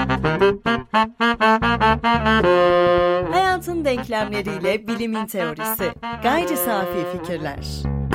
Hayatın denklemleriyle bilimin teorisi. Gayri safi fikirler.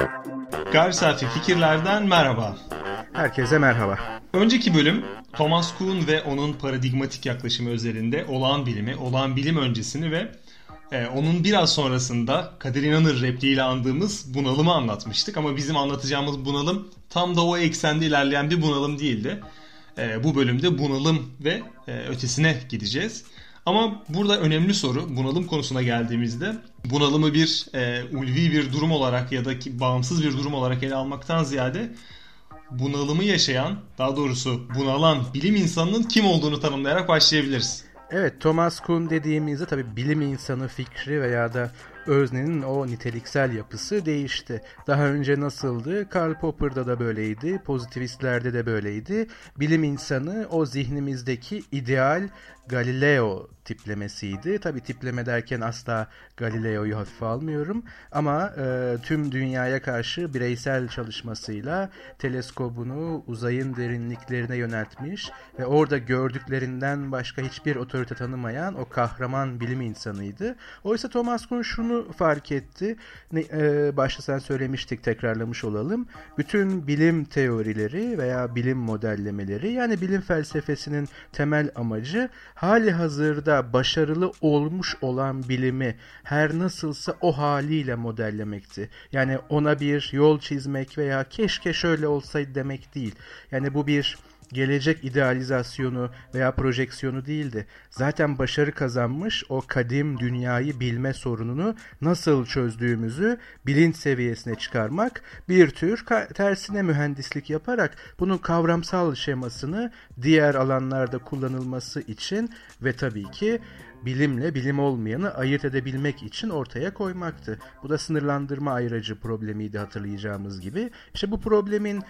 Gayri safi fikirlerden merhaba. Herkese merhaba. Önceki bölüm Thomas Kuhn ve onun paradigmatik yaklaşımı üzerinde olağan bilimi, olağan bilim öncesini ve onun biraz sonrasında Kadir İnanır repliğiyle andığımız bunalımı anlatmıştık. Ama bizim anlatacağımız bunalım tam da o eksende ilerleyen bir bunalım değildi. Bu bölümde bunalım ve ötesine gideceğiz. Ama burada önemli soru, bunalım konusuna geldiğimizde bunalımı bir ulvi bir durum olarak ya da bağımsız bir durum olarak ele almaktan ziyade bunalımı yaşayan, daha doğrusu bunalan bilim insanının kim olduğunu tanımlayarak başlayabiliriz. Evet, Thomas Kuhn dediğimizde tabii bilim insanı fikri veya da öznenin o niteliksel yapısı değişti. Daha önce nasıldı? Karl Popper'da da böyleydi, pozitivistlerde de böyleydi. Bilim insanı o zihnimizdeki ideal Galileo tiplemesiydi. Tabii tipleme derken asla Galileo'yu hafife almıyorum. Ama tüm dünyaya karşı bireysel çalışmasıyla teleskobunu uzayın derinliklerine yöneltmiş ve orada gördüklerinden başka hiçbir otorite tanımayan o kahraman bilim insanıydı. Oysa Thomas Kuhn şunu fark etti. Başta sen söylemiştik, tekrarlamış olalım. Bütün bilim teorileri veya bilim modellemeleri, yani bilim felsefesinin temel amacı hali hazırda başarılı olmuş olan bilimi her nasılsa o haliyle modellemekti. Yani ona bir yol çizmek veya keşke şöyle olsaydı demek değil. Yani bu bir gelecek idealizasyonu veya projeksiyonu değildi. Zaten başarı kazanmış o kadim dünyayı bilme sorununu nasıl çözdüğümüzü bilinç seviyesine çıkarmak, bir tür tersine mühendislik yaparak bunun kavramsal şemasını diğer alanlarda kullanılması için ve tabii ki bilimle bilim olmayanı ayırt edebilmek için ortaya koymaktı. Bu da sınırlandırma ayracı problemiydi, hatırlayacağımız gibi. İşte bu problemin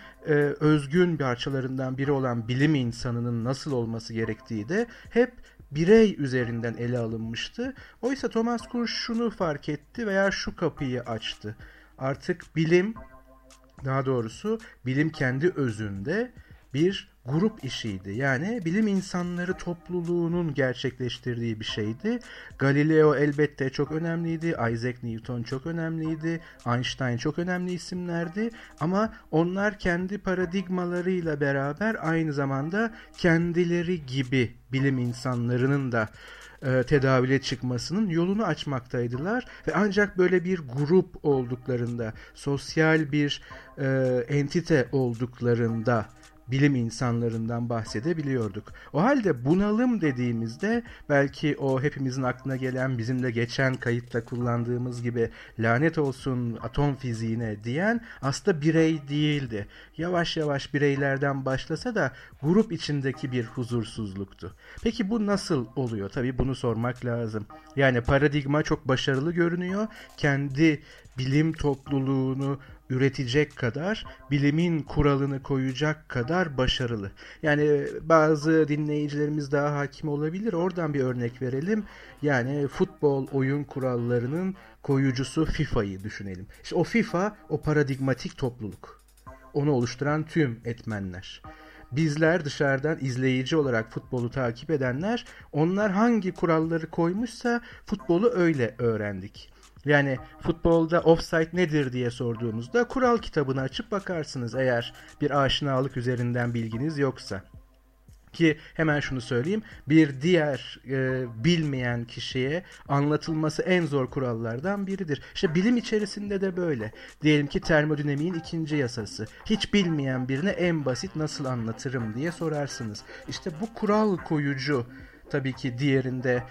özgün parçalarından biri olan bilim insanının nasıl olması gerektiği de hep birey üzerinden ele alınmıştı. Oysa Thomas Kuhn şunu fark etti veya şu kapıyı açtı. Artık bilim, daha doğrusu bilim kendi özünde bir grup işiydi. Yani bilim insanları topluluğunun gerçekleştirdiği bir şeydi. Galileo elbette çok önemliydi. Isaac Newton çok önemliydi. Einstein çok önemli isimlerdi. Ama onlar kendi paradigmalarıyla beraber aynı zamanda kendileri gibi bilim insanlarının da tedavüle çıkmasının yolunu açmaktaydılar ve ancak böyle bir grup olduklarında, sosyal bir entite olduklarında bilim insanlarından bahsedebiliyorduk. O halde bunalım dediğimizde belki o hepimizin aklına gelen, bizim de geçen kayıtta kullandığımız gibi lanet olsun atom fiziğine diyen aslında birey değildi. Yavaş yavaş bireylerden başlasa da grup içindeki bir huzursuzluktu. Peki bu nasıl oluyor? Tabii bunu sormak lazım. Yani paradigma çok başarılı görünüyor. Kendi bilim topluluğunu üretecek kadar, bilimin kuralını koyacak kadar başarılı. Yani bazı dinleyicilerimiz daha hakim olabilir. Oradan bir örnek verelim. Yani futbol oyun kurallarının koyucusu FIFA'yı düşünelim. İşte o FIFA, o paradigmatik topluluk. Onu oluşturan tüm etmenler. Bizler dışarıdan izleyici olarak futbolu takip edenler, onlar hangi kuralları koymuşsa futbolu öyle öğrendik. Yani futbolda offside nedir diye sorduğumuzda kural kitabını açıp bakarsınız eğer bir aşinalık üzerinden bilginiz yoksa. Ki hemen şunu söyleyeyim, bir diğer bilmeyen kişiye anlatılması en zor kurallardan biridir. İşte bilim içerisinde de böyle. Diyelim ki termodinamiğin ikinci yasası. Hiç bilmeyen birine en basit nasıl anlatırım diye sorarsınız. İşte bu kural koyucu, tabii ki diğerinde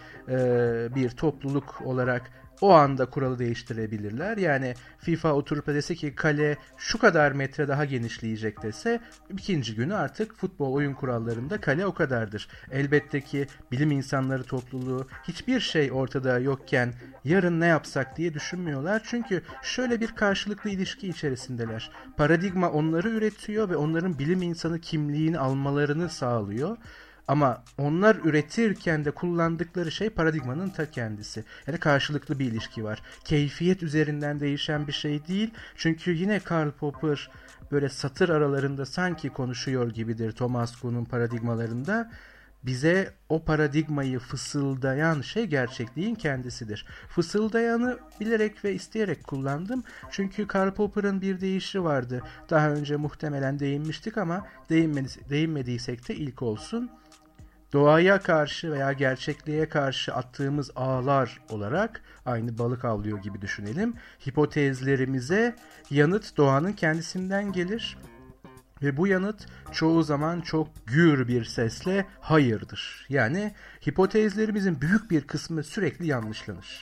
bir topluluk olarak o anda kuralı değiştirebilirler. Yani FIFA oturup da dese ki kale şu kadar metre daha genişleyecek dese, ikinci günü artık futbol oyun kurallarında kale o kadardır. Elbette ki bilim insanları topluluğu hiçbir şey ortada yokken yarın ne yapsak diye düşünmüyorlar. Çünkü şöyle bir karşılıklı ilişki içerisindeler. Paradigma onları üretiyor ve onların bilim insanı kimliğini almalarını sağlıyor. Ama onlar üretirken de kullandıkları şey paradigmanın ta kendisi. Yani karşılıklı bir ilişki var. Keyfiyet üzerinden değişen bir şey değil. Çünkü yine Karl Popper böyle satır aralarında sanki konuşuyor gibidir Thomas Kuhn'un paradigmalarında. bize o paradigmayı fısıldayan şey gerçekliğin kendisidir. Fısıldayanı bilerek ve isteyerek kullandım. Çünkü Karl Popper'ın bir deyişi vardı. Daha önce muhtemelen değinmiştik ama değinmediysek de ilk olsun. Doğaya karşı veya gerçekliğe karşı attığımız ağlar olarak, aynı balık avlıyor gibi düşünelim, hipotezlerimize yanıt doğanın kendisinden gelir. Ve bu yanıt çoğu zaman çok gür bir sesle hayırdır. Yani hipotezlerimizin büyük bir kısmı sürekli yanlışlanır.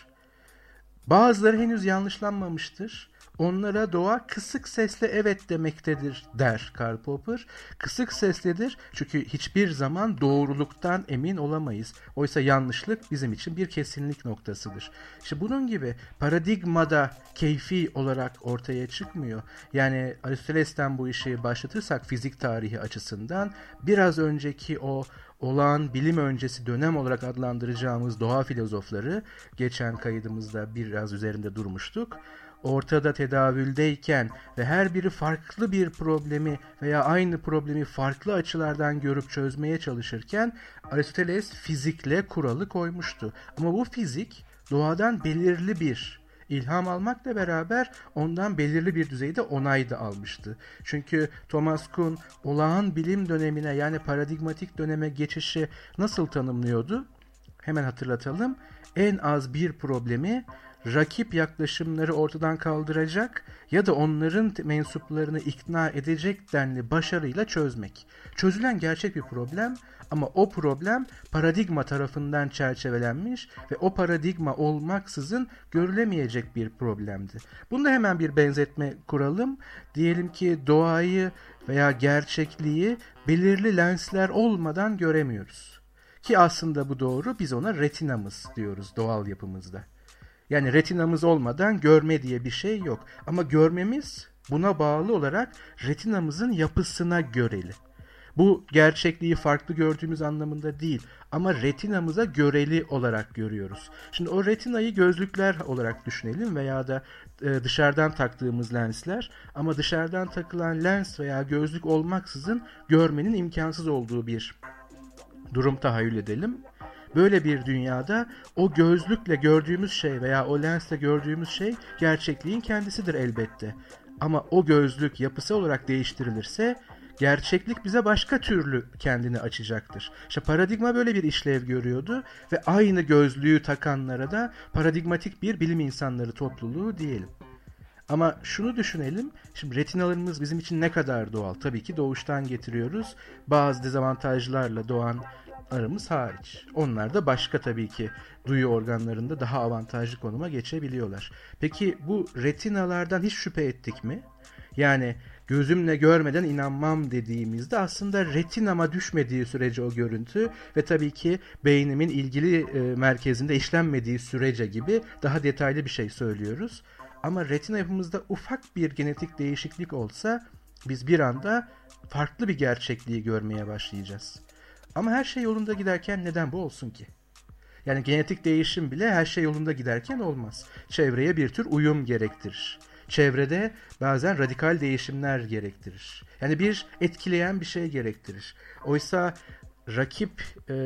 Bazıları henüz yanlışlanmamıştır. Onlara doğa kısık sesle evet demektedir der Karl Popper. Kısık sesledir çünkü hiçbir zaman doğruluktan emin olamayız. Oysa yanlışlık bizim için bir kesinlik noktasıdır. İşte bunun gibi paradigmada keyfi olarak ortaya çıkmıyor. Yani Aristoteles'ten bu işi başlatırsak fizik tarihi açısından biraz önceki o olağan bilim öncesi dönem olarak adlandıracağımız doğa filozofları, geçen kaydımızda biraz üzerinde durmuştuk, ortada tedavüldeyken ve her biri farklı bir problemi veya aynı problemi farklı açılardan görüp çözmeye çalışırken Aristoteles fizikle kuralı koymuştu. Ama bu fizik doğadan belirli bir ilham almakla beraber ondan belirli bir düzeyde onay da almıştı. Çünkü Thomas Kuhn olağan bilim dönemine, yani paradigmatik döneme geçişi nasıl tanımlıyordu? Hemen hatırlatalım. En az bir problemi rakip yaklaşımları ortadan kaldıracak ya da onların mensuplarını ikna edecek denli başarıyla çözmek. Çözülen gerçek bir problem ama o problem paradigma tarafından çerçevelenmiş ve o paradigma olmaksızın görülemeyecek bir problemdi. Bunda hemen bir benzetme kuralım. Diyelim ki doğayı veya gerçekliği belirli lensler olmadan göremiyoruz. Ki aslında bu doğru, biz ona retinamız diyoruz doğal yapımızda. Yani retinamız olmadan görme diye bir şey yok. Ama görmemiz buna bağlı olarak retinamızın yapısına göreli. Bu gerçekliği farklı gördüğümüz anlamında değil ama retinamıza göreli olarak görüyoruz. Şimdi o retinayı gözlükler olarak düşünelim veya da dışarıdan taktığımız lensler, ama dışarıdan takılan lens veya gözlük olmaksızın görmenin imkansız olduğu bir durum tahayyül edelim. Böyle bir dünyada o gözlükle gördüğümüz şey veya o lensle gördüğümüz şey gerçekliğin kendisidir elbette. Ama o gözlük yapısı olarak değiştirilirse gerçeklik bize başka türlü kendini açacaktır. İşte paradigma böyle bir işlev görüyordu ve aynı gözlüğü takanlara da paradigmatik bir bilim insanları topluluğu diyelim. Ama şunu düşünelim, şimdi retinalarımız bizim için ne kadar doğal? Tabii ki doğuştan getiriyoruz. Bazı dezavantajlarla doğan arımız hariç. Onlar da başka tabii ki duyu organlarında daha avantajlı konuma geçebiliyorlar. Peki bu retinalardan hiç şüphe ettik mi? Yani gözümle görmeden inanmam dediğimizde aslında retinama düşmediği sürece o görüntü ve tabii ki beynimin ilgili merkezinde işlenmediği sürece gibi daha detaylı bir şey söylüyoruz. Ama retina yapımızda ufak bir genetik değişiklik olsa biz bir anda farklı bir gerçekliği görmeye başlayacağız. Ama her şey yolunda giderken neden bu olsun ki? Yani genetik değişim bile her şey yolunda giderken olmaz. Çevreye bir tür uyum gerektirir. Çevrede bazen radikal değişimler gerektirir. Yani bir etkileyen bir şey gerektirir. Oysa rakip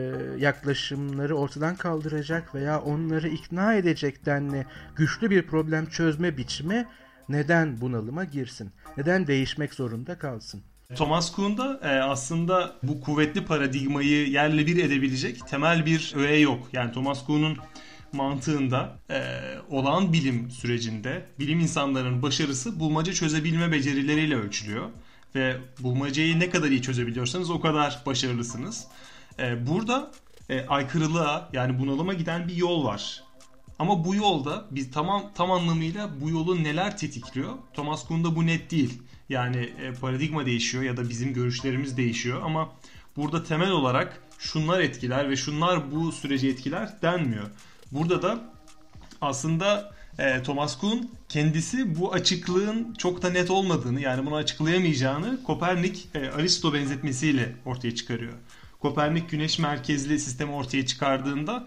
yaklaşımları ortadan kaldıracak veya onları ikna edecek denli güçlü bir problem çözme biçimi neden bunalıma girsin? Neden değişmek zorunda kalsın? Thomas Kuhn'da aslında bu kuvvetli paradigmayı yerle bir edebilecek temel bir öğe yok. Yani Thomas Kuhn'un mantığında olağan bilim sürecinde bilim insanlarının başarısı bulmaca çözebilme becerileriyle ölçülüyor. Ve bulmacayı ne kadar iyi çözebiliyorsanız o kadar başarılısınız. Burada aykırılığa, yani bunalıma giden bir yol var. Ama bu yolda biz tam anlamıyla bu yolu neler tetikliyor? Thomas Kuhn'da bu net değil. Yani paradigma değişiyor ya da bizim görüşlerimiz değişiyor ama burada temel olarak şunlar etkiler ve şunlar bu süreci etkiler denmiyor. Burada da aslında Thomas Kuhn kendisi bu açıklığın çok da net olmadığını, yani bunu açıklayamayacağını Kopernik Aristo benzetmesiyle ortaya çıkarıyor. Kopernik güneş merkezli sistemi ortaya çıkardığında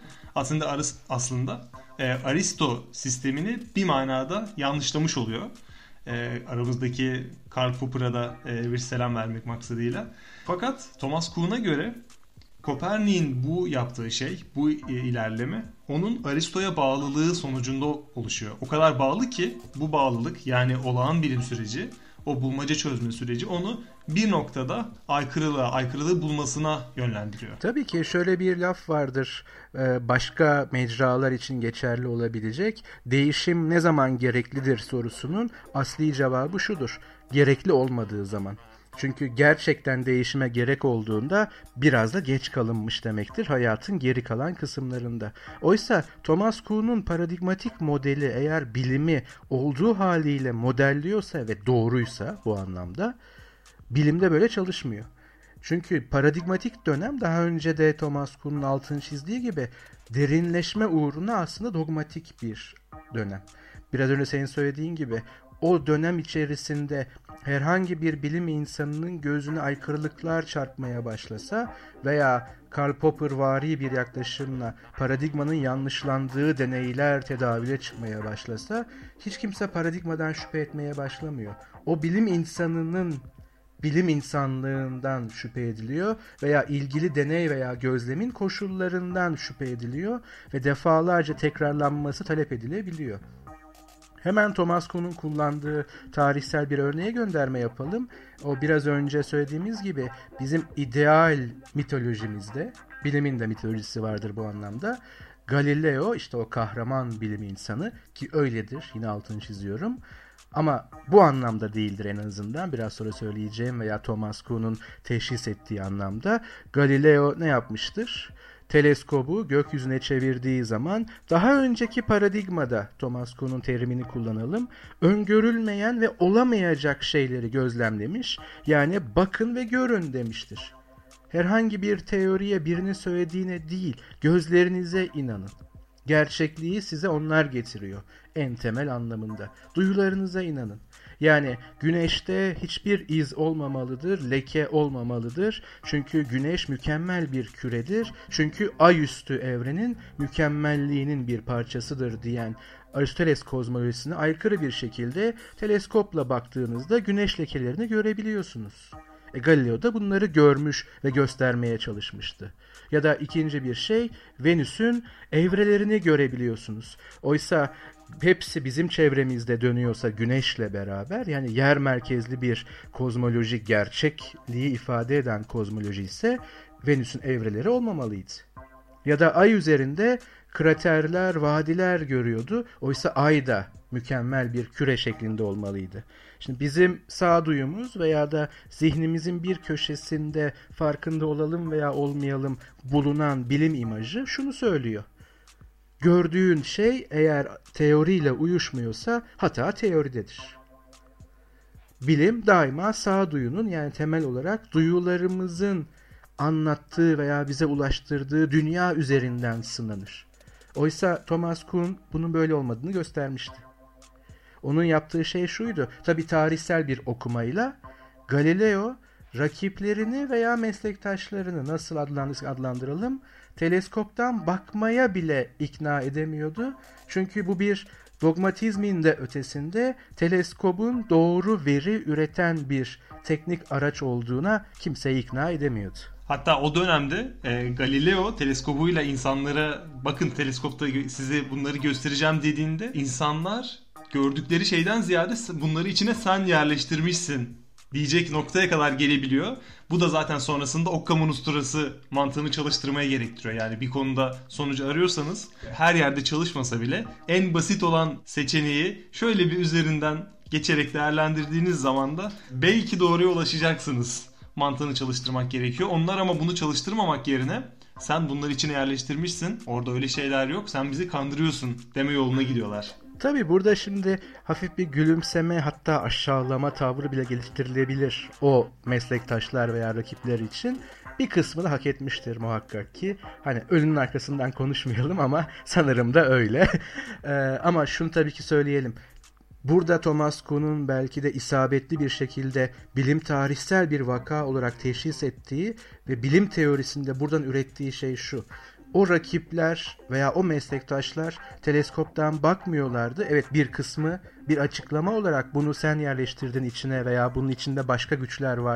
aslında Aristo sistemini bir manada yanlışlamış oluyor. Aramızdaki Karl Popper'a da bir selam vermek maksadıyla. Fakat Thomas Kuhn'a göre Kopernik'in bu yaptığı şey, bu ilerleme onun Aristo'ya bağlılığı sonucunda oluşuyor. O kadar bağlı ki bu bağlılık, yani olağan bilim süreci, o bulmaca çözme süreci onu bir noktada aykırılığı bulmasına yönlendiriyor. Tabii ki şöyle bir laf vardır, başka mecralar için geçerli olabilecek. Değişim ne zaman gereklidir sorusunun asli cevabı şudur: gerekli olmadığı zaman. Çünkü gerçekten değişime gerek olduğunda biraz da geç kalınmış demektir hayatın geri kalan kısımlarında. Oysa Thomas Kuhn'un paradigmatik modeli eğer bilimi olduğu haliyle modelliyorsa ve doğruysa bu anlamda, bilimde böyle çalışmıyor. Çünkü paradigmatik dönem, daha önce de Thomas Kuhn'un altını çizdiği gibi, derinleşme uğruna aslında dogmatik bir dönem. Biraz önce senin söylediğin gibi o dönem içerisinde herhangi bir bilim insanının gözüne aykırılıklar çarpmaya başlasa veya Karl Popper-vari bir yaklaşımla paradigmanın yanlışlandığı deneyler tedavüle çıkmaya başlasa, hiç kimse paradigmadan şüphe etmeye başlamıyor. O bilim insanının bilim insanlığından şüphe ediliyor veya ilgili deney veya gözlemin koşullarından şüphe ediliyor ve defalarca tekrarlanması talep edilebiliyor. Hemen Thomas Kuhn'un kullandığı tarihsel bir örneğe gönderme yapalım. O biraz önce söylediğimiz gibi bizim ideal mitolojimizde, bilimin de mitolojisi vardır bu anlamda. Galileo, işte o kahraman bilim insanı, ki öyledir, yine altını çiziyorum. Ama bu anlamda değildir en azından. Biraz sonra söyleyeceğim veya Thomas Kuhn'un teşhis ettiği anlamda. Galileo ne yapmıştır? Teleskobu gökyüzüne çevirdiği zaman daha önceki paradigmada, Thomas Kuhn'un terimini kullanalım, öngörülmeyen ve olamayacak şeyleri gözlemlemiş. Yani bakın ve görün demiştir. Herhangi bir teoriye, birinin söylediğine değil, gözlerinize inanın. Gerçekliği size onlar getiriyor en temel anlamında. Duyularınıza inanın. Yani güneşte hiçbir iz olmamalıdır, leke olmamalıdır. Çünkü güneş mükemmel bir küredir. Çünkü ay üstü evrenin mükemmelliğinin bir parçasıdır diyen Aristoteles kozmolojisine aykırı bir şekilde teleskopla baktığınızda güneş lekelerini görebiliyorsunuz. Galileo da bunları görmüş ve göstermeye çalışmıştı. Ya da ikinci bir şey, Venüs'ün evrelerini görebiliyorsunuz. Oysa hepsi bizim çevremizde dönüyorsa güneşle beraber, yani yer merkezli bir kozmoloji, gerçekliği ifade eden kozmoloji ise Venüs'ün evreleri olmamalıydı. Ya da ay üzerinde kraterler, vadiler görüyordu. Oysa ay da mükemmel bir küre şeklinde olmalıydı. Şimdi bizim sağduyumuz veya da zihnimizin bir köşesinde, farkında olalım veya olmayalım, bulunan bilim imajı şunu söylüyor: gördüğün şey eğer teoriyle uyuşmuyorsa hata teoridedir. Bilim daima sağduyunun, yani temel olarak duyularımızın anlattığı veya bize ulaştırdığı dünya üzerinden sınanır. Oysa Thomas Kuhn bunun böyle olmadığını göstermişti. Onun yaptığı şey şuydu: tabii tarihsel bir okumayla Galileo rakiplerini veya meslektaşlarını, nasıl adlandıralım, teleskoptan bakmaya bile ikna edemiyordu. Çünkü bu bir dogmatizmin de ötesinde teleskobun doğru veri üreten bir teknik araç olduğuna kimseyi ikna edemiyordu. Hatta o dönemde Galileo teleskobuyla insanlara bakın teleskopta size bunları göstereceğim dediğinde insanlar gördükleri şeyden ziyade bunları içine sen yerleştirmişsin diyecek noktaya kadar gelebiliyor. Bu da zaten sonrasında Occam'ın usturası mantığını çalıştırmaya gerektiriyor. Yani bir konuda sonucu arıyorsanız her yerde çalışmasa bile en basit olan seçeneği şöyle bir üzerinden geçerek değerlendirdiğiniz zaman da belki doğruya ulaşacaksınız mantığını çalıştırmak gerekiyor. Onlar ama bunu çalıştırmamak yerine sen bunları içine yerleştirmişsin, orada öyle şeyler yok, sen bizi kandırıyorsun deme yoluna gidiyorlar. Tabii burada şimdi hafif bir gülümseme, hatta aşağılama tavrı bile geliştirilebilir o meslektaşlar veya rakipler için. Bir kısmını hak etmiştir muhakkak ki. Hani ölünün arkasından konuşmayalım ama sanırım da öyle. Ama şunu tabii ki söyleyelim. Burada Thomas Kuhn'un belki de isabetli bir şekilde bilim tarihsel bir vaka olarak teşhis ettiği ve bilim teorisinde buradan ürettiği şey şu: o rakipler veya o meslektaşlar teleskoptan bakmıyorlardı. Evet, bir kısmı bir açıklama olarak bunu sen yerleştirdin içine veya bunun içinde başka güçler var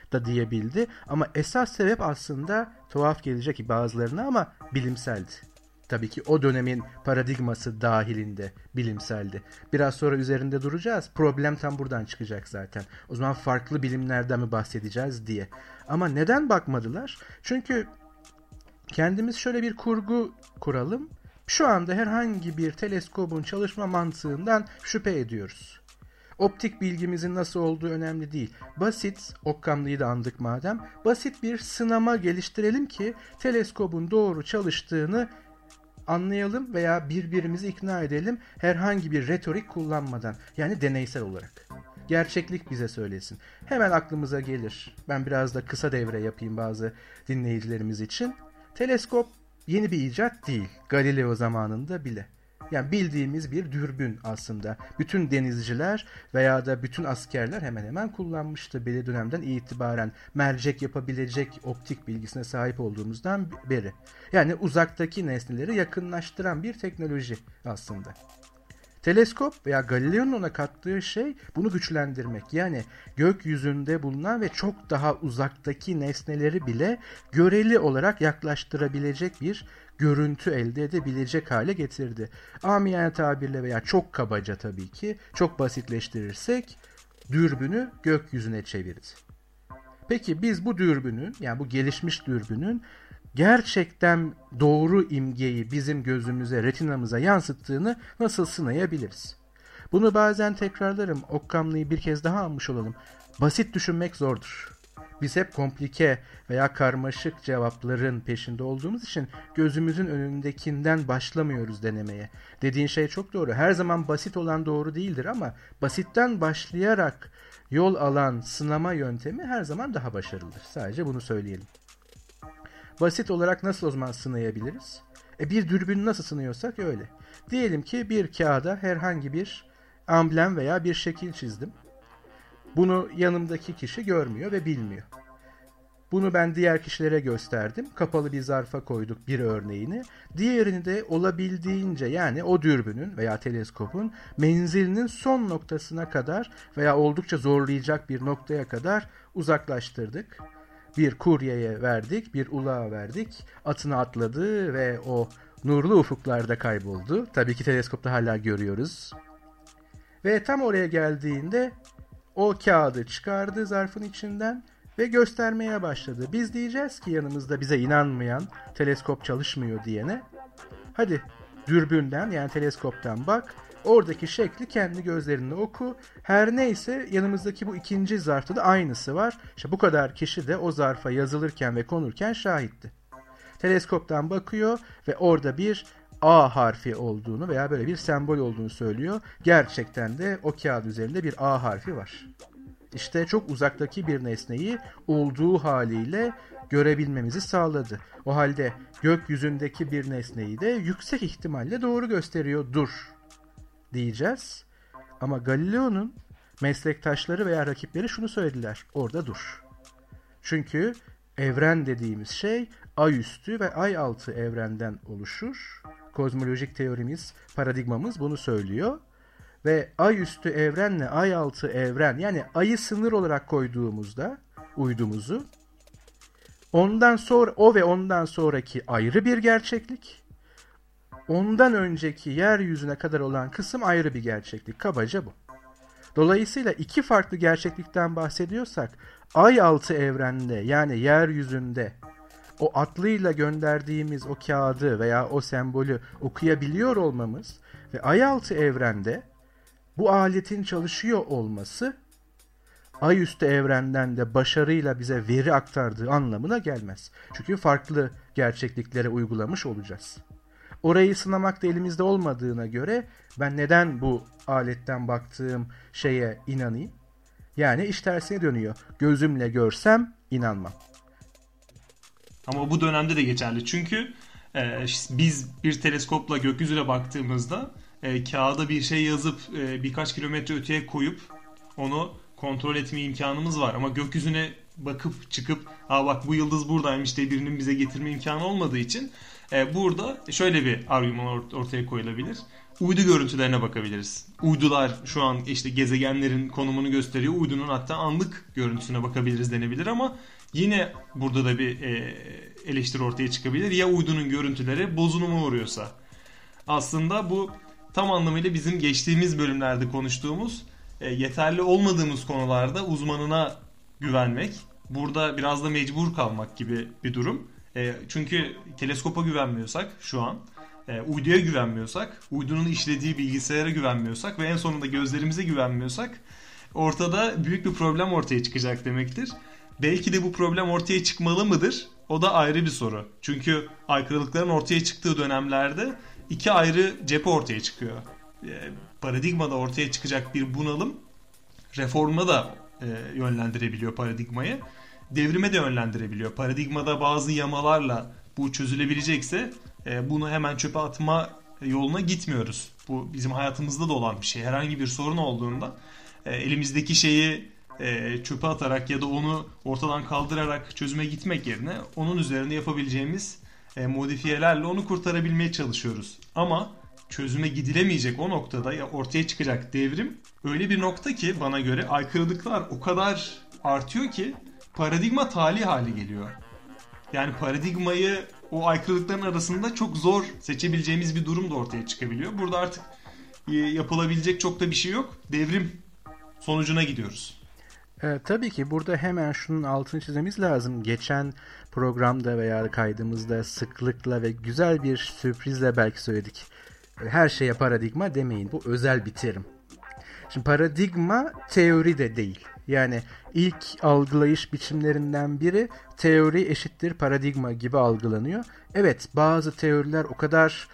da diyebildi. Ama esas sebep aslında tuhaf gelecek bazılarına ama bilimseldi. Tabii ki o dönemin paradigması dahilinde bilimseldi. Biraz sonra üzerinde duracağız. Problem tam buradan çıkacak zaten. O zaman farklı bilimlerden mi bahsedeceğiz diye. Ama neden bakmadılar? Çünkü kendimiz şöyle bir kurgu kuralım. Şu anda herhangi bir teleskobun çalışma mantığından şüphe ediyoruz. Optik bilgimizin nasıl olduğu önemli değil. Basit, Occam'lıyı da andık madem, basit bir sınama geliştirelim ki teleskobun doğru çalıştığını anlayalım veya birbirimizi ikna edelim herhangi bir retorik kullanmadan. Yani deneysel olarak. Gerçeklik bize söylesin. Hemen aklımıza gelir. Ben biraz da kısa devre yapayım bazı dinleyicilerimiz için. Teleskop yeni bir icat değil. Galileo zamanında bile. Yani bildiğimiz bir dürbün aslında. Bütün denizciler veya da bütün askerler hemen hemen kullanmıştı belli dönemden itibaren. Mercek yapabilecek optik bilgisine sahip olduğumuzdan beri. Yani uzaktaki nesneleri yakınlaştıran bir teknoloji aslında. Teleskop veya Galileo'nun ona kattığı şey bunu güçlendirmek. Yani gökyüzünde bulunan ve çok daha uzaktaki nesneleri bile göreli olarak yaklaştırabilecek bir görüntü elde edebilecek hale getirdi. Amiyane tabirle veya çok kabaca tabii ki, çok basitleştirirsek dürbünü gökyüzüne çevirdi. Peki biz bu dürbünün, yani bu gelişmiş dürbünün gerçekten doğru imgeyi bizim gözümüze, retinamıza yansıttığını nasıl sınayabiliriz? Bunu bazen tekrarlarım, Occam'lıyı bir kez daha almış olalım. Basit düşünmek zordur. Biz hep komplike veya karmaşık cevapların peşinde olduğumuz için gözümüzün önündekinden başlamıyoruz denemeye. Dediğin şey çok doğru. Her zaman basit olan doğru değildir ama basitten başlayarak yol alan sınama yöntemi her zaman daha başarılıdır. Sadece bunu söyleyelim. Basit olarak nasıl o zaman sınayabiliriz? Bir dürbünü nasıl sınıyorsak öyle. Diyelim ki bir kağıda herhangi bir amblem veya bir şekil çizdim. Bunu yanımdaki kişi görmüyor ve bilmiyor. Bunu ben diğer kişilere gösterdim. Kapalı bir zarfa koyduk bir örneğini. Diğerini de olabildiğince, yani o dürbünün veya teleskopun menzilinin son noktasına kadar veya oldukça zorlayacak bir noktaya kadar uzaklaştırdık. Bir kuryeye verdik, bir ulağa verdik. Atını atladı ve o nurlu ufuklarda kayboldu. Tabii ki teleskopta hala görüyoruz. Ve tam oraya geldiğinde o kağıdı çıkardı zarfın içinden ve göstermeye başladı. Biz diyeceğiz ki yanımızda bize inanmayan, teleskop çalışmıyor diyene, hadi dürbünden, yani teleskoptan bak, oradaki şekli kendi gözlerinle oku. Her neyse yanımızdaki bu ikinci zarfta da aynısı var. İşte bu kadar kişi de o zarfa yazılırken ve konurken şahitti. Teleskoptan bakıyor ve orada bir A harfi olduğunu veya böyle bir sembol olduğunu söylüyor. Gerçekten de o kağıt üzerinde bir A harfi var. İşte çok uzaktaki bir nesneyi olduğu haliyle görebilmemizi sağladı. O halde gökyüzündeki bir nesneyi de yüksek ihtimalle doğru gösteriyordur diyeceğiz. Ama Galileo'nun meslektaşları veya rakipleri şunu söylediler: orada dur. Çünkü evren dediğimiz şey ay üstü ve ay altı evrenden oluşur. Kozmolojik teorimiz, paradigmamız bunu söylüyor. Ve ay üstü evrenle ay altı evren, yani ayı sınır olarak koyduğumuzda uydumuzu, ondan sonra o ve ondan sonraki ayrı bir gerçeklik, ondan önceki yeryüzüne kadar olan kısım ayrı bir gerçeklik. Kabaca bu. Dolayısıyla iki farklı gerçeklikten bahsediyorsak ay altı evrende, yani yeryüzünde o atlıyla gönderdiğimiz o kağıdı veya o sembolü okuyabiliyor olmamız ve ay altı evrende bu aletin çalışıyor olması ay üstü evrenden de başarıyla bize veri aktardığı anlamına gelmez. Çünkü farklı gerçekliklere uygulamış olacağız. Orayı sınamak da elimizde olmadığına göre ben neden bu aletten baktığım şeye inanayım? Yani iş tersine dönüyor. Gözümle görsem inanmam. Ama bu dönemde de geçerli. Çünkü biz bir teleskopla gökyüzüne baktığımızda kağıda bir şey yazıp birkaç kilometre öteye koyup onu kontrol etme imkanımız var. Ama gökyüzüne bakıp çıkıp bak bu yıldız buradaymış diye birinin bize getirme imkanı olmadığı için burada şöyle bir argüman ortaya koyulabilir. uydu görüntülerine bakabiliriz. Uydular şu an işte gezegenlerin konumunu gösteriyor. Uydunun hatta anlık görüntüsüne bakabiliriz denebilir ama yine burada da bir eleştiri ortaya çıkabilir. Ya uydunun görüntüleri bozuluma uğruyorsa. Aslında bu tam anlamıyla bizim geçtiğimiz bölümlerde konuştuğumuz yeterli olmadığımız konularda uzmanına güvenmek. Burada biraz da mecbur kalmak gibi bir durum. Çünkü teleskopa güvenmiyorsak şu an, uyduya güvenmiyorsak, uydunun işlediği bilgisayara güvenmiyorsak ve en sonunda gözlerimize güvenmiyorsak ortada büyük bir problem ortaya çıkacak demektir. Belki de bu problem ortaya çıkmalı mıdır? O da ayrı bir soru. Çünkü aykırılıkların ortaya çıktığı dönemlerde iki ayrı cephe ortaya çıkıyor. Paradigmada ortaya çıkacak bir bunalım reforma da yönlendirebiliyor paradigmayı. Devrime de yönlendirebiliyor. Paradigmada bazı yamalarla bu çözülebilecekse bunu hemen çöpe atma yoluna gitmiyoruz. Bu bizim hayatımızda da olan bir şey. Herhangi bir sorun olduğunda elimizdeki şeyi çöpe atarak ya da onu ortadan kaldırarak çözüme gitmek yerine onun üzerinde yapabileceğimiz modifiyelerle onu kurtarabilmeye çalışıyoruz. Ama çözüme gidilemeyecek o noktada ya ortaya çıkacak devrim öyle bir nokta ki bana göre aykırılıklar o kadar artıyor ki paradigma tali hale geliyor. Yani paradigmayı o aykırılıkların arasında çok zor seçebileceğimiz bir durum da ortaya çıkabiliyor. Burada artık yapılabilecek çok da bir şey yok. Devrim sonucuna gidiyoruz. Tabii ki burada hemen şunun altını çizmemiz lazım. Geçen programda veya kaydımızda sıklıkla ve güzel bir sürprizle belki söyledik. Her şeye paradigma demeyin. Bu özel bir terim. Şimdi paradigma teori de değil. Yani ilk algılayış biçimlerinden biri teori eşittir paradigma gibi algılanıyor. Evet, bazı teoriler o kadar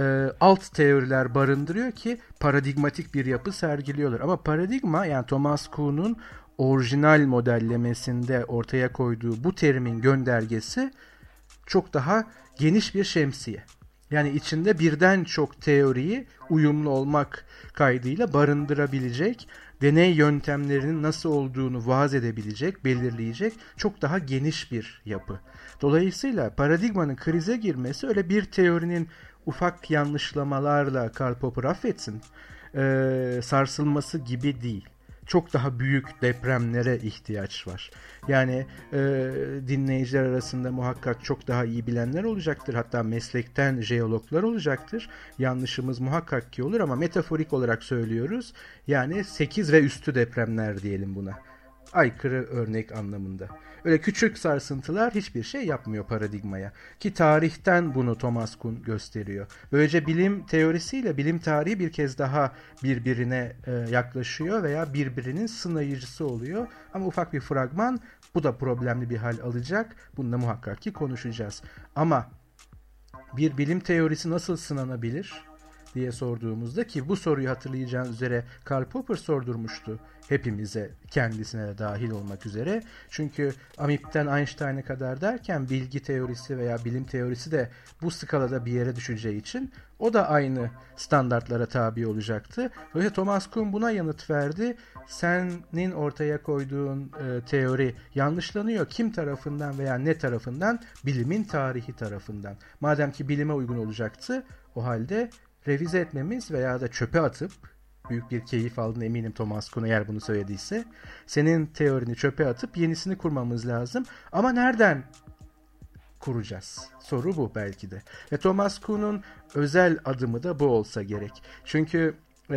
alt teoriler barındırıyor ki paradigmatik bir yapı sergiliyorlar. Ama paradigma, yani Thomas Kuhn'un orijinal modellemesinde ortaya koyduğu bu terimin göndergesi çok daha geniş bir şemsiye. Yani içinde birden çok teoriyi uyumlu olmak kaydıyla barındırabilecek, deney yöntemlerinin nasıl olduğunu vaaz edebilecek, belirleyecek çok daha geniş bir yapı. Dolayısıyla paradigmanın krize girmesi öyle bir teorinin ufak yanlışlamalarla, Karl Popper affetsin, sarsılması gibi değil. Çok daha büyük depremlere ihtiyaç var. Yani dinleyiciler arasında muhakkak çok daha iyi bilenler olacaktır. Hatta meslekten jeologlar olacaktır. Yanlışımız muhakkak ki olur ama metaforik olarak söylüyoruz. Yani 8 ve üstü depremler diyelim buna. Aykırı örnek anlamında. Öyle küçük sarsıntılar hiçbir şey yapmıyor paradigmaya. Ki tarihten bunu Thomas Kuhn gösteriyor. Böylece bilim teorisiyle bilim tarihi bir kez daha birbirine yaklaşıyor veya birbirinin sınayıcısı oluyor. Ama ufak bir fragman, bu da problemli bir hal alacak. Bunu da muhakkak ki konuşacağız. Ama bir bilim teorisi nasıl sınanabilir diye sorduğumuzda, ki bu soruyu hatırlayacağınız üzere Karl Popper sordurmuştu hepimize, kendisine de dahil olmak üzere. Çünkü Amip'ten Einstein'a kadar derken bilgi teorisi veya bilim teorisi de bu skalada bir yere düşeceği için o da aynı standartlara tabi olacaktı. Dolayısıyla Thomas Kuhn buna yanıt verdi. Senin ortaya koyduğun teori yanlışlanıyor. Kim tarafından veya ne tarafından? Bilimin tarihi tarafından. Madem ki bilime uygun olacaktı, o halde revize etmemiz veya da çöpe atıp, büyük bir keyif aldığına eminim Thomas Kuhn eğer bunu söylediyse, senin teorini çöpe atıp yenisini kurmamız lazım. Ama nereden kuracağız? Soru bu belki de. Ve Thomas Kuhn'un özel adımı da bu olsa gerek. Çünkü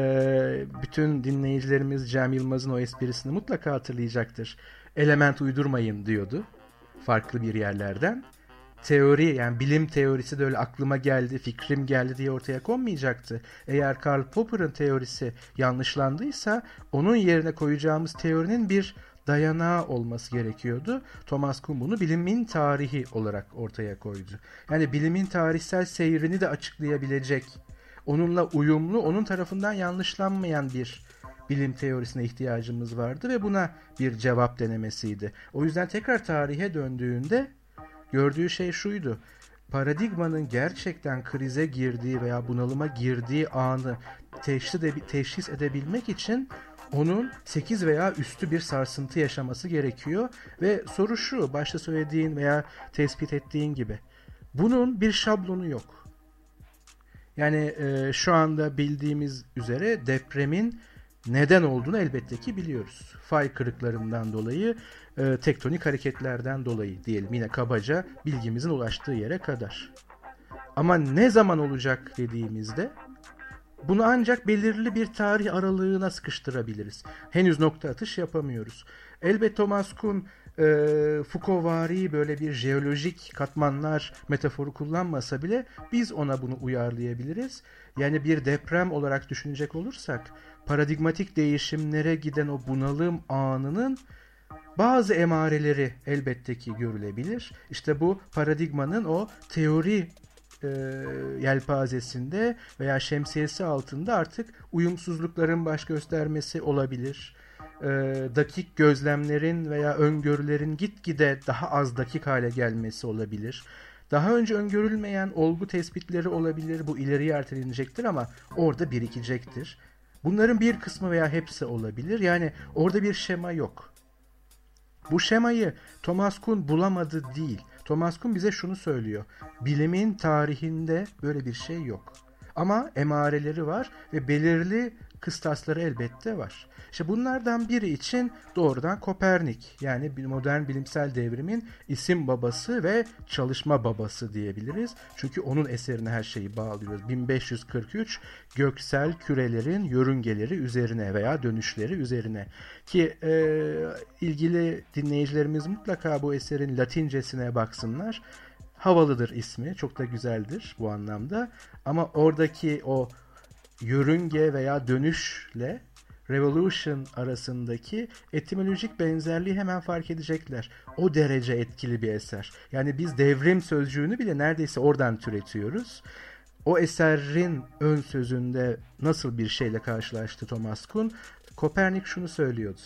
bütün dinleyicilerimiz Cem Yılmaz'ın o esprisini mutlaka hatırlayacaktır. Element uydurmayın diyordu farklı bir yerlerden. Teori, yani bilim teorisi de öyle aklıma geldi, fikrim geldi diye ortaya konmayacaktı. Eğer Karl Popper'ın teorisi yanlışlandıysa onun yerine koyacağımız teorinin bir dayanağı olması gerekiyordu. Thomas Kuhn bunu bilimin tarihi olarak ortaya koydu. Yani bilimin tarihsel seyrini de açıklayabilecek, onunla uyumlu, onun tarafından yanlışlanmayan bir bilim teorisine ihtiyacımız vardı ve buna bir cevap denemesiydi. O yüzden tekrar tarihe döndüğünde gördüğü şey şuydu: paradigmanın gerçekten krize girdiği veya bunalıma girdiği anı teşhis edebilmek için onun 8 veya üstü bir sarsıntı yaşaması gerekiyor. Ve soru şu, başta söylediğin veya tespit ettiğin gibi, bunun bir şablonu yok. Yani şu anda bildiğimiz üzere depremin neden olduğunu elbette ki biliyoruz. Fay kırıklarından dolayı, tektonik hareketlerden dolayı diyelim, yine kabaca bilgimizin ulaştığı yere kadar. Ama ne zaman olacak dediğimizde bunu ancak belirli bir tarih aralığına sıkıştırabiliriz. Henüz nokta atış yapamıyoruz. Elbette Thomas Kuhn Foucault'vari böyle bir jeolojik katmanlar metaforu kullanmasa bile biz ona bunu uyarlayabiliriz. Yani bir deprem olarak düşünecek olursak paradigmatik değişimlere giden o bunalım anının bazı emareleri elbette ki görülebilir. İşte bu paradigmanın o teori yelpazesinde veya şemsiyesi altında artık uyumsuzlukların baş göstermesi olabilir. Dakik gözlemlerin veya öngörülerin gitgide daha az dakik hale gelmesi olabilir. Daha önce öngörülmeyen olgu tespitleri olabilir. Bu ileriye ertelenecektir ama orada birikecektir. Bunların bir kısmı veya hepsi olabilir. Yani orada bir şema yok. Bu şemayı Thomas Kuhn bulamadı değil. Thomas Kuhn bize şunu söylüyor. Bilimin tarihinde böyle bir şey yok. Ama emareleri var ve belirli kıstasları elbette var. İşte bunlardan biri için doğrudan Kopernik, yani modern bilimsel devrimin isim babası ve çalışma babası diyebiliriz. Çünkü onun eserine her şeyi bağlıyoruz. 1543 göksel kürelerin yörüngeleri üzerine veya dönüşleri üzerine. Ki ilgili dinleyicilerimiz mutlaka bu eserin Latincesine baksınlar. Havalıdır ismi, çok da güzeldir bu anlamda. Ama oradaki o yörünge veya dönüşle revolution arasındaki etimolojik benzerliği hemen fark edecekler. O derece etkili bir eser. Yani biz devrim sözcüğünü bile neredeyse oradan türetiyoruz. O eserin ön sözünde nasıl bir şeyle karşılaştı Thomas Kuhn? Kopernik şunu söylüyordu.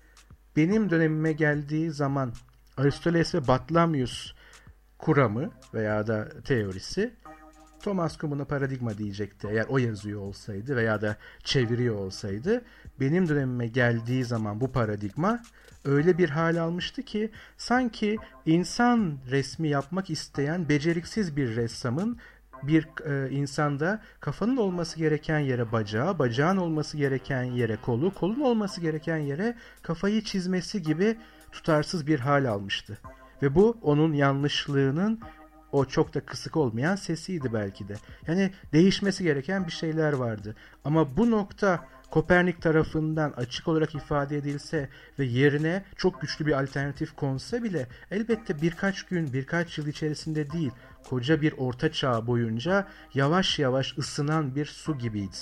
Benim dönemime geldiği zaman Aristoteles ve Batlamyus kuramı veya da teorisi, Thomas Kuhn buna paradigma diyecekti eğer o yazıyor olsaydı veya da çeviriyor olsaydı. Benim dönemime geldiği zaman bu paradigma öyle bir hal almıştı ki sanki insan resmi yapmak isteyen beceriksiz bir ressamın bir insanda kafanın olması gereken yere bacağı, bacağın olması gereken yere kolu, kolun olması gereken yere kafayı çizmesi gibi tutarsız bir hal almıştı. Ve bu onun yanlışlığının o çok da kısık olmayan sesiydi belki de. Yani değişmesi gereken bir şeyler vardı. Ama bu nokta Kopernik tarafından açık olarak ifade edilse ve yerine çok güçlü bir alternatif konsa bile elbette birkaç gün, birkaç yıl içerisinde değil, koca bir orta çağ boyunca yavaş yavaş ısınan bir su gibiydi.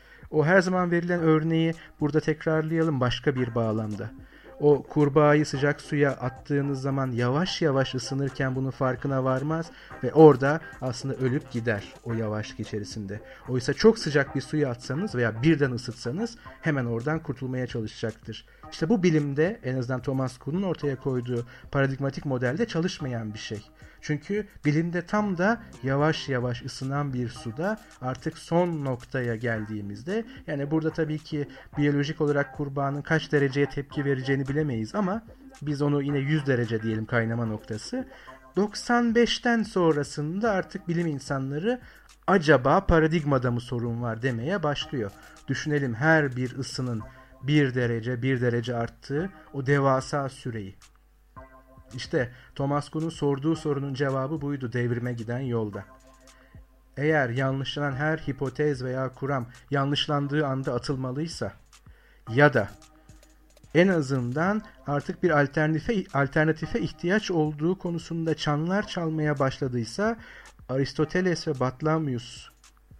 O her zaman verilen örneği burada tekrarlayalım başka bir bağlamda. O kurbağayı sıcak suya attığınız zaman yavaş yavaş ısınırken bunun farkına varmaz ve orada aslında ölüp gider o yavaşlık içerisinde. Oysa çok sıcak bir suya atsanız veya birden ısıtsanız hemen oradan kurtulmaya çalışacaktır. İşte bu bilimde en azından Thomas Kuhn'un ortaya koyduğu paradigmatik modelde çalışmayan bir şey. Çünkü bilimde tam da yavaş yavaş ısınan bir suda artık son noktaya geldiğimizde, yani burada tabii ki biyolojik olarak kurbağanın kaç dereceye tepki vereceğini bilemeyiz ama biz onu yine 100 derece diyelim kaynama noktası. 95'ten sonrasında artık bilim insanları acaba paradigmada mı sorun var demeye başlıyor. Düşünelim her bir ısının 1 derece arttığı o devasa süreyi. İşte Thomas Kuhn'un sorduğu sorunun cevabı buydu devrime giden yolda. Eğer yanlışlanan her hipotez veya kuram yanlışlandığı anda atılmalıysa ya da en azından artık bir alternatife ihtiyaç olduğu konusunda çanlar çalmaya başladıysa Aristoteles ve Batlamyus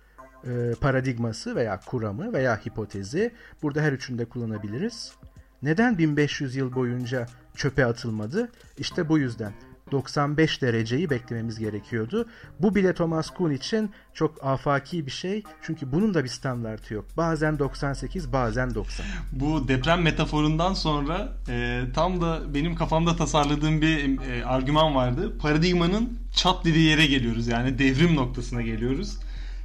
paradigması veya kuramı veya hipotezi burada her üçünü de kullanabiliriz. Neden 1500 yıl boyunca çöpe atılmadı? İşte bu yüzden. 95 dereceyi beklememiz gerekiyordu. Bu bile Thomas Kuhn için çok afaki bir şey. Çünkü bunun da bir standartı yok. Bazen 98, bazen 90. Bu deprem metaforundan sonra tam da benim kafamda tasarladığım bir argüman vardı. Paradigmanın çat dediği yere geliyoruz. Yani devrim noktasına geliyoruz.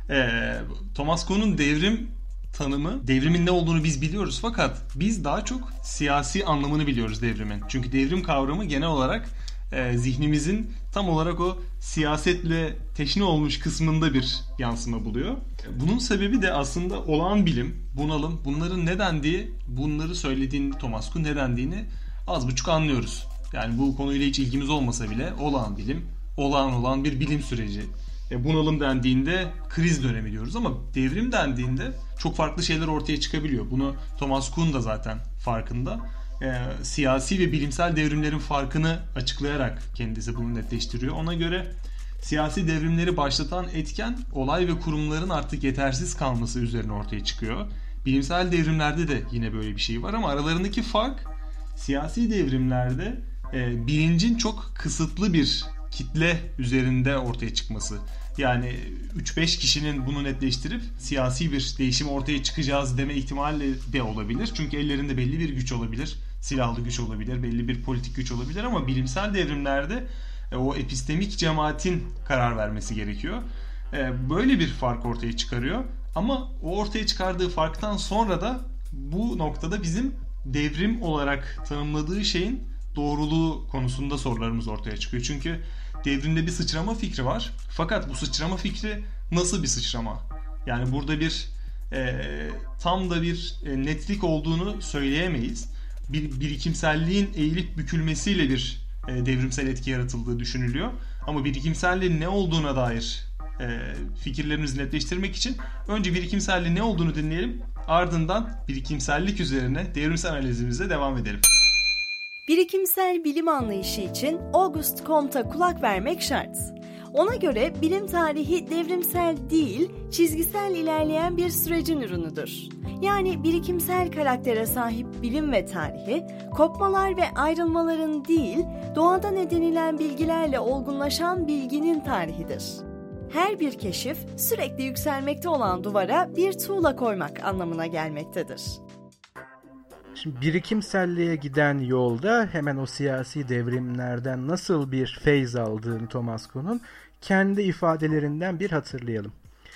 Thomas Kuhn'un devrim tanımı, devrimin ne olduğunu biz biliyoruz fakat biz daha çok siyasi anlamını biliyoruz devrimin. Çünkü devrim kavramı genel olarak zihnimizin tam olarak o siyasetle teşne olmuş kısmında bir yansıma buluyor. Bunun sebebi de aslında olağan bilim, bunalım, bunların ne dendiği, bunları söylediğini Thomas Kuhn ne dendiğini az buçuk anlıyoruz. Yani bu konuyla hiç ilgimiz olmasa bile olağan bilim, olağan olan bir bilim süreci. Bunalım dendiğinde kriz dönemi diyoruz ama devrim dendiğinde çok farklı şeyler ortaya çıkabiliyor. Bunu Thomas Kuhn da zaten farkında. Siyasi ve bilimsel devrimlerin farkını açıklayarak kendisi bunu netleştiriyor. Ona göre siyasi devrimleri başlatan etken olay ve kurumların artık yetersiz kalması üzerine ortaya çıkıyor. Bilimsel devrimlerde de yine böyle bir şey var ama aralarındaki fark siyasi devrimlerde bilincin çok kısıtlı bir kitle üzerinde ortaya çıkması. Yani 3-5 kişinin bunu netleştirip siyasi bir değişim ortaya çıkacağız deme ihtimali de olabilir. Çünkü ellerinde belli bir güç olabilir. Silahlı güç olabilir, belli bir politik güç olabilir ama bilimsel devrimlerde o epistemik cemaatin karar vermesi gerekiyor. Böyle bir fark ortaya çıkarıyor. Ama o ortaya çıkardığı farktan sonra da bu noktada bizim devrim olarak tanımladığı şeyin doğruluğu konusunda sorularımız ortaya çıkıyor. Çünkü devrimde bir sıçrama fikri var. Fakat bu sıçrama fikri nasıl bir sıçrama? Yani burada bir tam da bir netlik olduğunu söyleyemeyiz. Bir birikimselliğin eğilip bükülmesiyle bir devrimsel etki yaratıldığı düşünülüyor. Ama birikimselliğin ne olduğuna dair fikirlerimizi netleştirmek için önce birikimselliğin ne olduğunu dinleyelim. Ardından birikimsellik üzerine devrimsel analizimize devam edelim. Birikimsel bilim anlayışı için Auguste Comte'a kulak vermek şart. Ona göre bilim tarihi devrimsel değil, çizgisel ilerleyen bir sürecin ürünüdür. Yani birikimsel karaktere sahip bilim ve tarihi, kopmalar ve ayrılmaların değil, doğadan edinilen bilgilerle olgunlaşan bilginin tarihidir. Her bir keşif, sürekli yükselmekte olan duvara bir tuğla koymak anlamına gelmektedir. Şimdi birikimselliğe giden yolda hemen o siyasi devrimlerden nasıl bir feyz aldığını Thomas Kuhn'un kendi ifadelerinden bir hatırlayalım.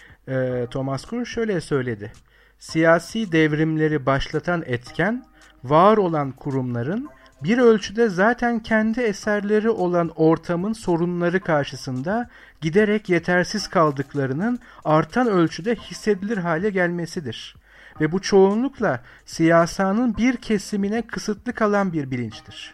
Thomas Kuhn şöyle söyledi. Siyasi devrimleri başlatan etken, var olan kurumların bir ölçüde zaten kendi eserleri olan ortamın sorunları karşısında giderek yetersiz kaldıklarının artan ölçüde hissedilir hale gelmesidir. Ve bu çoğunlukla siyasanın bir kesimine kısıtlı kalan bir bilinçtir.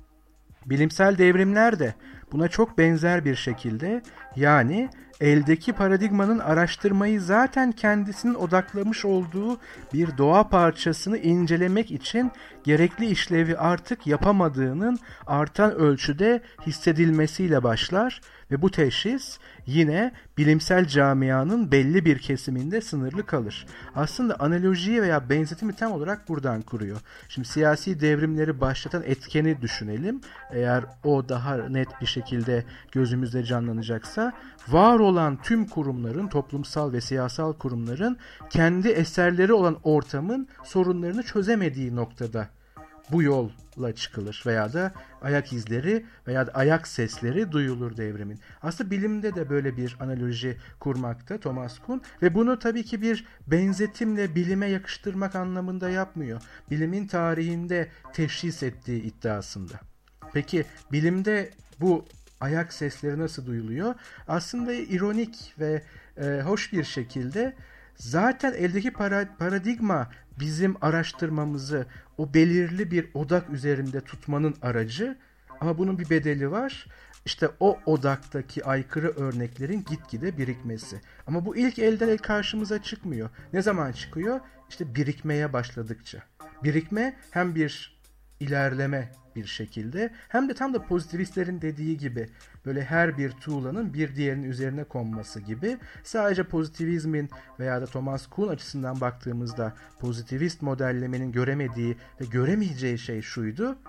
Bilimsel devrimler de buna çok benzer bir şekilde, yani eldeki paradigmanın araştırmayı zaten kendisinin odaklamış olduğu bir doğa parçasını incelemek için gerekli işlevi artık yapamadığının artan ölçüde hissedilmesiyle başlar ve bu teşhis yine bilimsel camianın belli bir kesiminde sınırlı kalır. Aslında analojiyi veya benzetimi tam olarak buradan kuruyor. Şimdi siyasi devrimleri başlatan etkeni düşünelim. Eğer o daha net bir şekilde gözümüzde canlanacaksa, var olan tüm kurumların, toplumsal ve siyasal kurumların kendi eserleri olan ortamın sorunlarını çözemediği noktada bu yolla çıkılır veya da ayak izleri veya da ayak sesleri duyulur devrimin. Aslında bilimde de böyle bir analoji kurmakta Thomas Kuhn ve bunu tabii ki bir benzetimle bilime yakıştırmak anlamında yapmıyor. Bilimin tarihinde teşhis ettiği iddiasında. Peki bilimde bu ayak sesleri nasıl duyuluyor? Aslında ironik ve hoş bir şekilde zaten eldeki paradigma bizim araştırmamızı o belirli bir odak üzerinde tutmanın aracı, ama bunun bir bedeli var. İşte o odaktaki aykırı örneklerin gitgide birikmesi. Ama bu ilk elden el karşımıza çıkmıyor. Ne zaman çıkıyor? İşte birikmeye başladıkça. Birikme hem bir ilerleme bir şekilde hem de tam da pozitivistlerin dediği gibi böyle her bir tuğlanın bir diğerinin üzerine konması gibi, sadece pozitivizmin veya da Thomas Kuhn açısından baktığımızda pozitivist modellemenin göremediği ve göremeyeceği şey şuydu: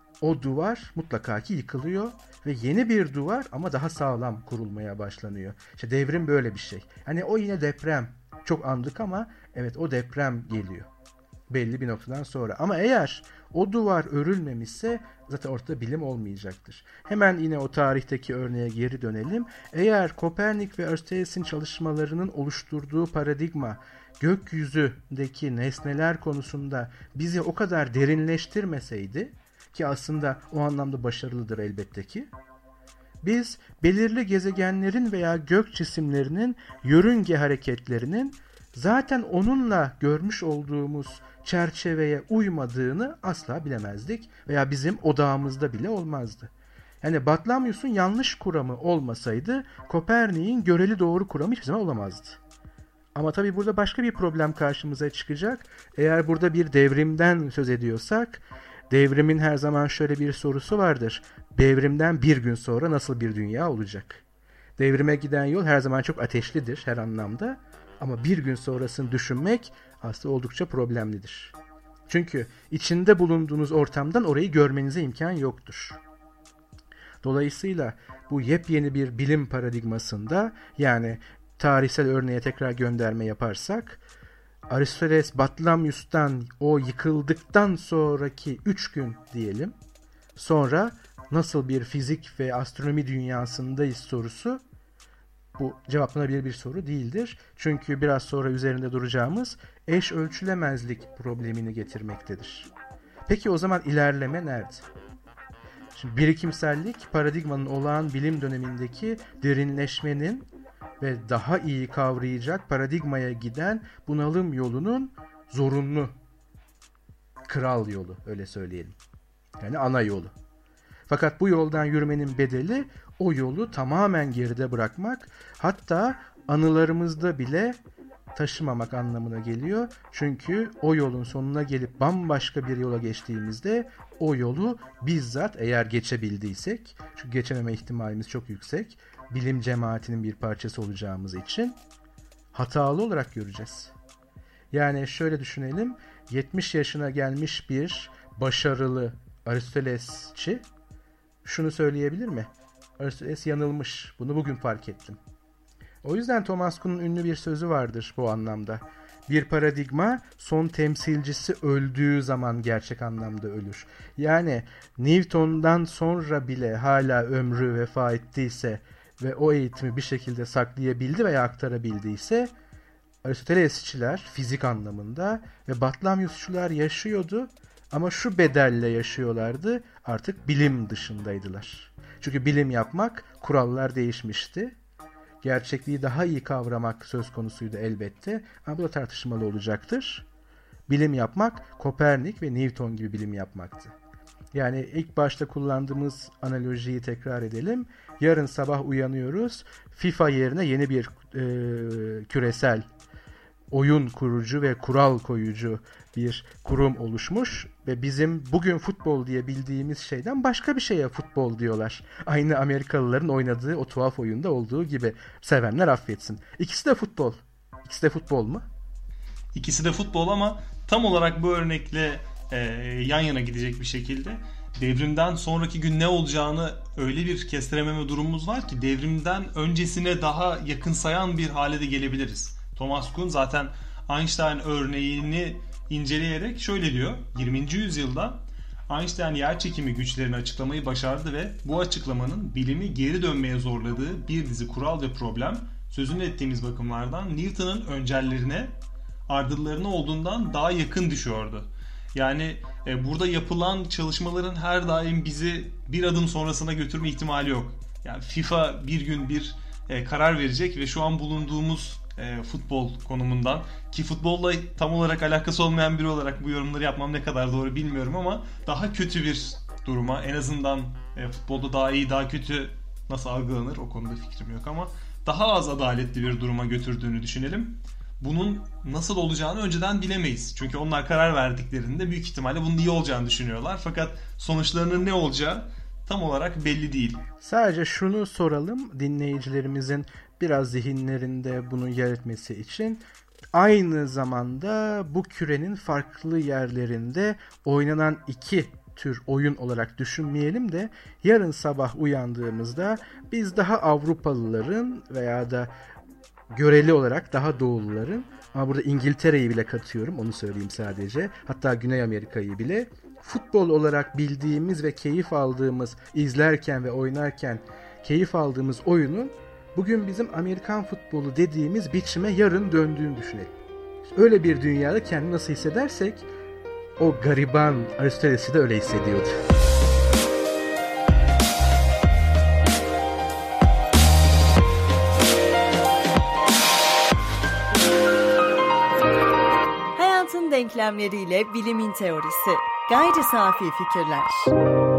o duvar mutlaka ki yıkılıyor ve yeni bir duvar ama daha sağlam kurulmaya başlanıyor. İşte devrim böyle bir şey. Hani o yine deprem. Çok andık ama evet, o deprem geliyor belli bir noktadan sonra. Ama eğer o duvar örülmemişse zaten ortada bilim olmayacaktır. Hemen yine o tarihteki örneğe geri dönelim. Eğer Kopernik ve Örsteyes'in çalışmalarının oluşturduğu paradigma gökyüzündeki nesneler konusunda bizi o kadar derinleştirmeseydi, ki aslında o anlamda başarılıdır elbette ki. Biz belirli gezegenlerin veya gök cisimlerinin yörünge hareketlerinin zaten onunla görmüş olduğumuz çerçeveye uymadığını asla bilemezdik veya bizim odağımızda bile olmazdı. Yani Batlamyus'un yanlış kuramı olmasaydı Kopernik'in göreli doğru kuramı hiçbir zaman olamazdı. Ama tabii burada başka bir problem karşımıza çıkacak. Eğer burada bir devrimden söz ediyorsak, devrimin her zaman şöyle bir sorusu vardır. Devrimden bir gün sonra nasıl bir dünya olacak? Devrime giden yol her zaman çok ateşlidir her anlamda. Ama bir gün sonrasını düşünmek aslında oldukça problemlidir. Çünkü içinde bulunduğunuz ortamdan orayı görmenize imkan yoktur. Dolayısıyla bu yepyeni bir bilim paradigmasında, yani tarihsel örneğe tekrar gönderme yaparsak, Aristoteles Batlamyus'tan o yıkıldıktan sonraki 3 gün diyelim, sonra nasıl bir fizik ve astronomi dünyasındayız sorusu, bu cevaplanabilir bir soru değildir. Çünkü biraz sonra üzerinde duracağımız eş ölçülemezlik problemini getirmektedir. Peki o zaman ilerleme nerede? Şimdi birikimsellik paradigmanın olağan bilim dönemindeki derinleşmenin ve daha iyi kavrayacak paradigmaya giden bunalım yolunun zorunlu kral yolu, öyle söyleyelim. Yani ana yolu. Fakat bu yoldan yürümenin bedeli o yolu tamamen geride bırakmak, hatta anılarımızda bile taşımamak anlamına geliyor. Çünkü o yolun sonuna gelip bambaşka bir yola geçtiğimizde o yolu bizzat eğer geçebildiysek, çünkü geçememe ihtimalimiz çok yüksek, bilim cemaatinin bir parçası olacağımız için hatalı olarak göreceğiz. Yani şöyle düşünelim, 70 yaşına gelmiş bir başarılı Aristotelesçi şunu söyleyebilir mi? Aristoteles yanılmış, bunu bugün fark ettim. O yüzden Thomas Kuhn'un ünlü bir sözü vardır bu anlamda. Bir paradigma son temsilcisi öldüğü zaman gerçek anlamda ölür. Yani Newton'dan sonra bile hala ömrü vefa ettiyse ve o eğitimi bir şekilde saklayabildi veya aktarabildiyse, Aristotelesçiler fizik anlamında ve Batlamyusçular yaşıyordu ama şu bedelle yaşıyorlardı, artık bilim dışındaydılar. Çünkü bilim yapmak, kurallar değişmişti. Gerçekliği daha iyi kavramak söz konusuydu elbette ama bu da tartışmalı olacaktır. Bilim yapmak Kopernik ve Newton gibi bilim yapmaktı. Yani ilk başta kullandığımız analojiyi tekrar edelim. Yarın sabah uyanıyoruz, FIFA yerine yeni bir küresel oyun kurucu ve kural koyucu bir kurum oluşmuş ve bizim bugün futbol diye bildiğimiz şeyden başka bir şeye futbol diyorlar. Aynı Amerikalıların oynadığı o tuhaf oyunda olduğu gibi, sevenler affetsin. İkisi de futbol. İkisi de futbol mu? İkisi de futbol ama tam olarak bu örnekle yan yana gidecek bir şekilde devrimden sonraki gün ne olacağını öyle bir kestirememe durumumuz var ki devrimden öncesine daha yakın sayan bir hale de gelebiliriz. Thomas Kuhn zaten Einstein örneğini inceleyerek şöyle diyor: 20. yüzyılda Einstein yerçekimi güçlerini açıklamayı başardı ve bu açıklamanın bilimi geri dönmeye zorladığı bir dizi kural ve problem sözünü ettiğimiz bakımlardan Newton'un öncellerine, ardıllarına olduğundan daha yakın düşüyordu. Yani burada yapılan çalışmaların her daim bizi bir adım sonrasına götürme ihtimali yok. Yani FIFA bir gün bir karar verecek ve şu an bulunduğumuz futbol konumundan, ki futbolla tam olarak alakası olmayan biri olarak bu yorumları yapmam ne kadar doğru bilmiyorum ama daha kötü bir duruma, en azından futbolda daha iyi daha kötü nasıl algılanır o konuda fikrim yok ama daha az adaletli bir duruma götürdüğünü düşünelim. Bunun nasıl olacağını önceden bilemeyiz. Çünkü onlar karar verdiklerinde büyük ihtimalle bunun iyi olacağını düşünüyorlar. Fakat sonuçlarının ne olacağı tam olarak belli değil. Sadece şunu soralım dinleyicilerimizin biraz zihinlerinde bunu yer etmesi için. Aynı zamanda bu kürenin farklı yerlerinde oynanan iki tür oyun olarak düşünmeyelim de yarın sabah uyandığımızda biz daha Avrupalıların veya da göreli olarak daha doğuluların, ama burada İngiltere'yi bile katıyorum, onu söyleyeyim sadece, hatta Güney Amerika'yı bile, futbol olarak bildiğimiz ve keyif aldığımız, izlerken ve oynarken keyif aldığımız oyunun bugün bizim Amerikan futbolu dediğimiz biçime yarın döndüğünü düşünelim. Öyle bir dünyada kendini nasıl hissedersek o gariban Aristoteles'i de öyle hissediyordu. Hayatın denklemleriyle bilimin teorisi. Gayri safi fikirler.